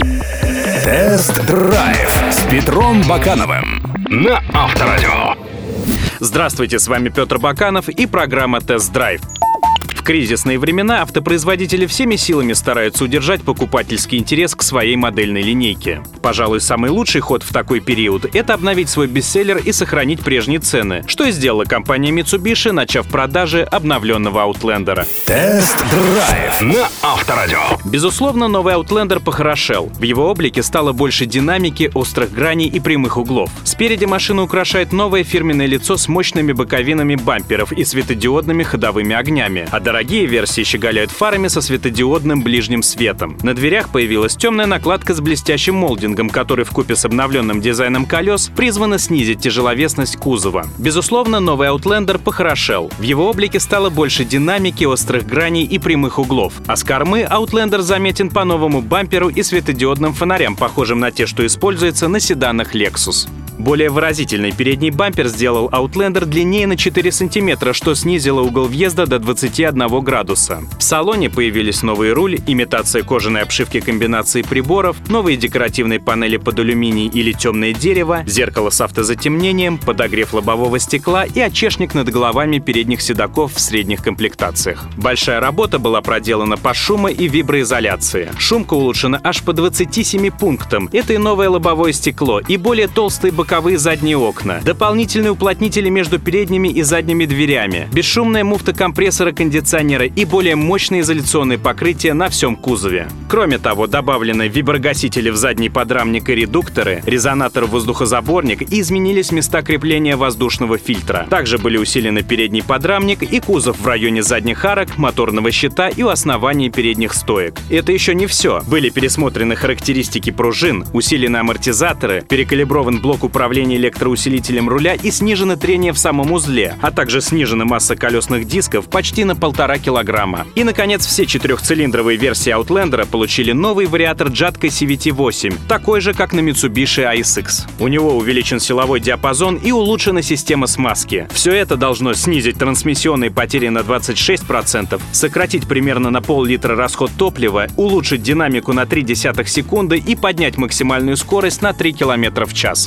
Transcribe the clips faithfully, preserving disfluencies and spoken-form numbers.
Тест-драйв с Петром Бакановым на Авторадио. Здравствуйте, с вами Петр Баканов и программа «Тест-драйв». В кризисные времена автопроизводители всеми силами стараются удержать покупательский интерес к своей модельной линейке. Пожалуй, самый лучший ход в такой период — это обновить свой бестселлер и сохранить прежние цены, что и сделала компания Mitsubishi, начав продажи обновленного Outlander. Тест-драйв на Авторадио. Безусловно, новый Outlander похорошел. В его облике стало больше динамики, острых граней и прямых углов. Спереди машину украшает новое фирменное лицо с мощными боковинами бамперов и светодиодными ходовыми огнями, а дорогие версии щеголяют фарами со светодиодным ближним светом. На дверях появилась темная накладка с блестящим молдингом, который вкупе с обновленным дизайном колес призвана снизить тяжеловесность кузова. Безусловно, новый Outlander похорошел. В его облике стало больше динамики, острых граней и прямых углов. А с кормы Outlander заметен по новому бамперу и светодиодным фонарям, похожим на те, что используются на седанах Lexus. Более выразительный передний бампер сделал Outlander длиннее на четыре сантиметра, что снизило угол въезда до двадцати одного градуса. В салоне появились новый руль, имитация кожаной обшивки комбинации приборов, новые декоративные панели под алюминий или темное дерево, зеркало с автозатемнением, подогрев лобового стекла и очешник над головами передних седаков в средних комплектациях. Большая работа была проделана по шумо- и виброизоляции. Шумка улучшена аж по двадцати семи пунктам. Это и новое лобовое стекло, и более толстые боковые боковые задние окна, дополнительные уплотнители между передними и задними дверями, бесшумная муфта компрессора кондиционера и более мощные изоляционные покрытия на всем кузове. Кроме того, добавлены виброгасители в задний подрамник и редукторы, резонатор-воздухозаборник и изменились места крепления воздушного фильтра. Также были усилены передний подрамник и кузов в районе задних арок, моторного щита и у основания передних стоек. Это еще не все. Были пересмотрены характеристики пружин, усилены амортизаторы, перекалиброван блок управления электроусилителем руля и снижено трение в самом узле, а также снижена масса колесных дисков почти на полтора килограмма. И, наконец, все четырехцилиндровые версии Outlander получили новый вариатор Jatco си ви ти восемь, такой же, как на Mitsubishi эй эс икс. У него увеличен силовой диапазон и улучшена система смазки. Все это должно снизить трансмиссионные потери на двадцать шесть процентов, сократить примерно на пол-литра расход топлива, улучшить динамику на ноль целых три десятых секунды и поднять максимальную скорость на три километра в час.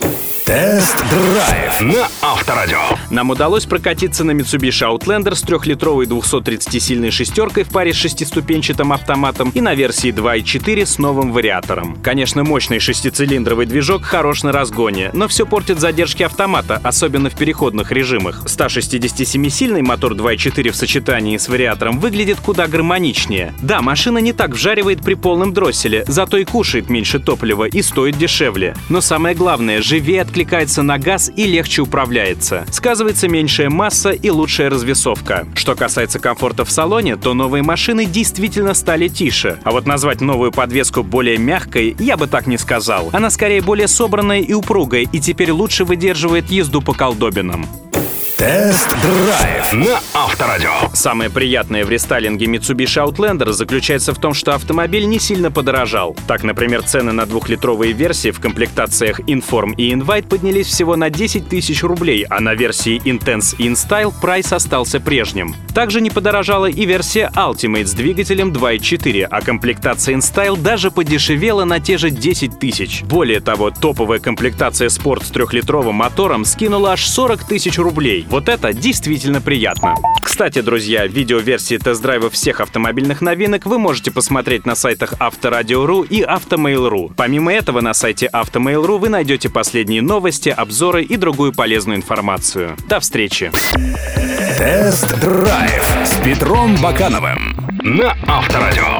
Тест-драйв на Авторадио. Нам удалось прокатиться на Mitsubishi Outlander с трехлитровой двухсоттридцатисильной шестеркой в паре с шестиступенчатым автоматом и на версии два и четыре с новым вариатором. Конечно, мощный шестицилиндровый движок хорош на разгоне, но все портит задержки автомата, особенно в переходных режимах. сто шестидесятисемисильный мотор два и четыре в сочетании с вариатором выглядит куда гармоничнее. Да, машина не так вжаривает при полном дросселе, зато и кушает меньше топлива и стоит дешевле. Но самое главное, живее откликается на газ и легче управляется. Сказывается меньшая масса и лучшая развесовка. Что касается комфорта в салоне, то новые машины действительно стали тише. А вот назвать новую подвеску более мягкой я бы так не сказал. Она скорее более собранная и упругая, и теперь лучше выдерживает езду по колдобинам. Тест-драйв на Авторадио. Самое приятное в рестайлинге Mitsubishi Outlander заключается в том, что автомобиль не сильно подорожал. Так, например, цены на двухлитровые версии в комплектациях Inform и Invite поднялись всего на десять тысяч рублей, а на версии Intense и InStyle прайс остался прежним. Также не подорожала и версия Ultimate с двигателем два и четыре, а комплектация InStyle даже подешевела на те же десять тысяч. Более того, топовая комплектация Sport с трехлитровым мотором скинула аж сорок тысяч рублей. Вот это действительно приятно. Кстати, друзья, видеоверсии тест-драйва всех автомобильных новинок вы можете посмотреть на сайтах Авторадио точка ру и Автомейл точка ру. Помимо этого, на сайте Автомейл точка ру вы найдете последние новости, обзоры и другую полезную информацию. До встречи! Тест-драйв с Петром Бакановым на Авторадио.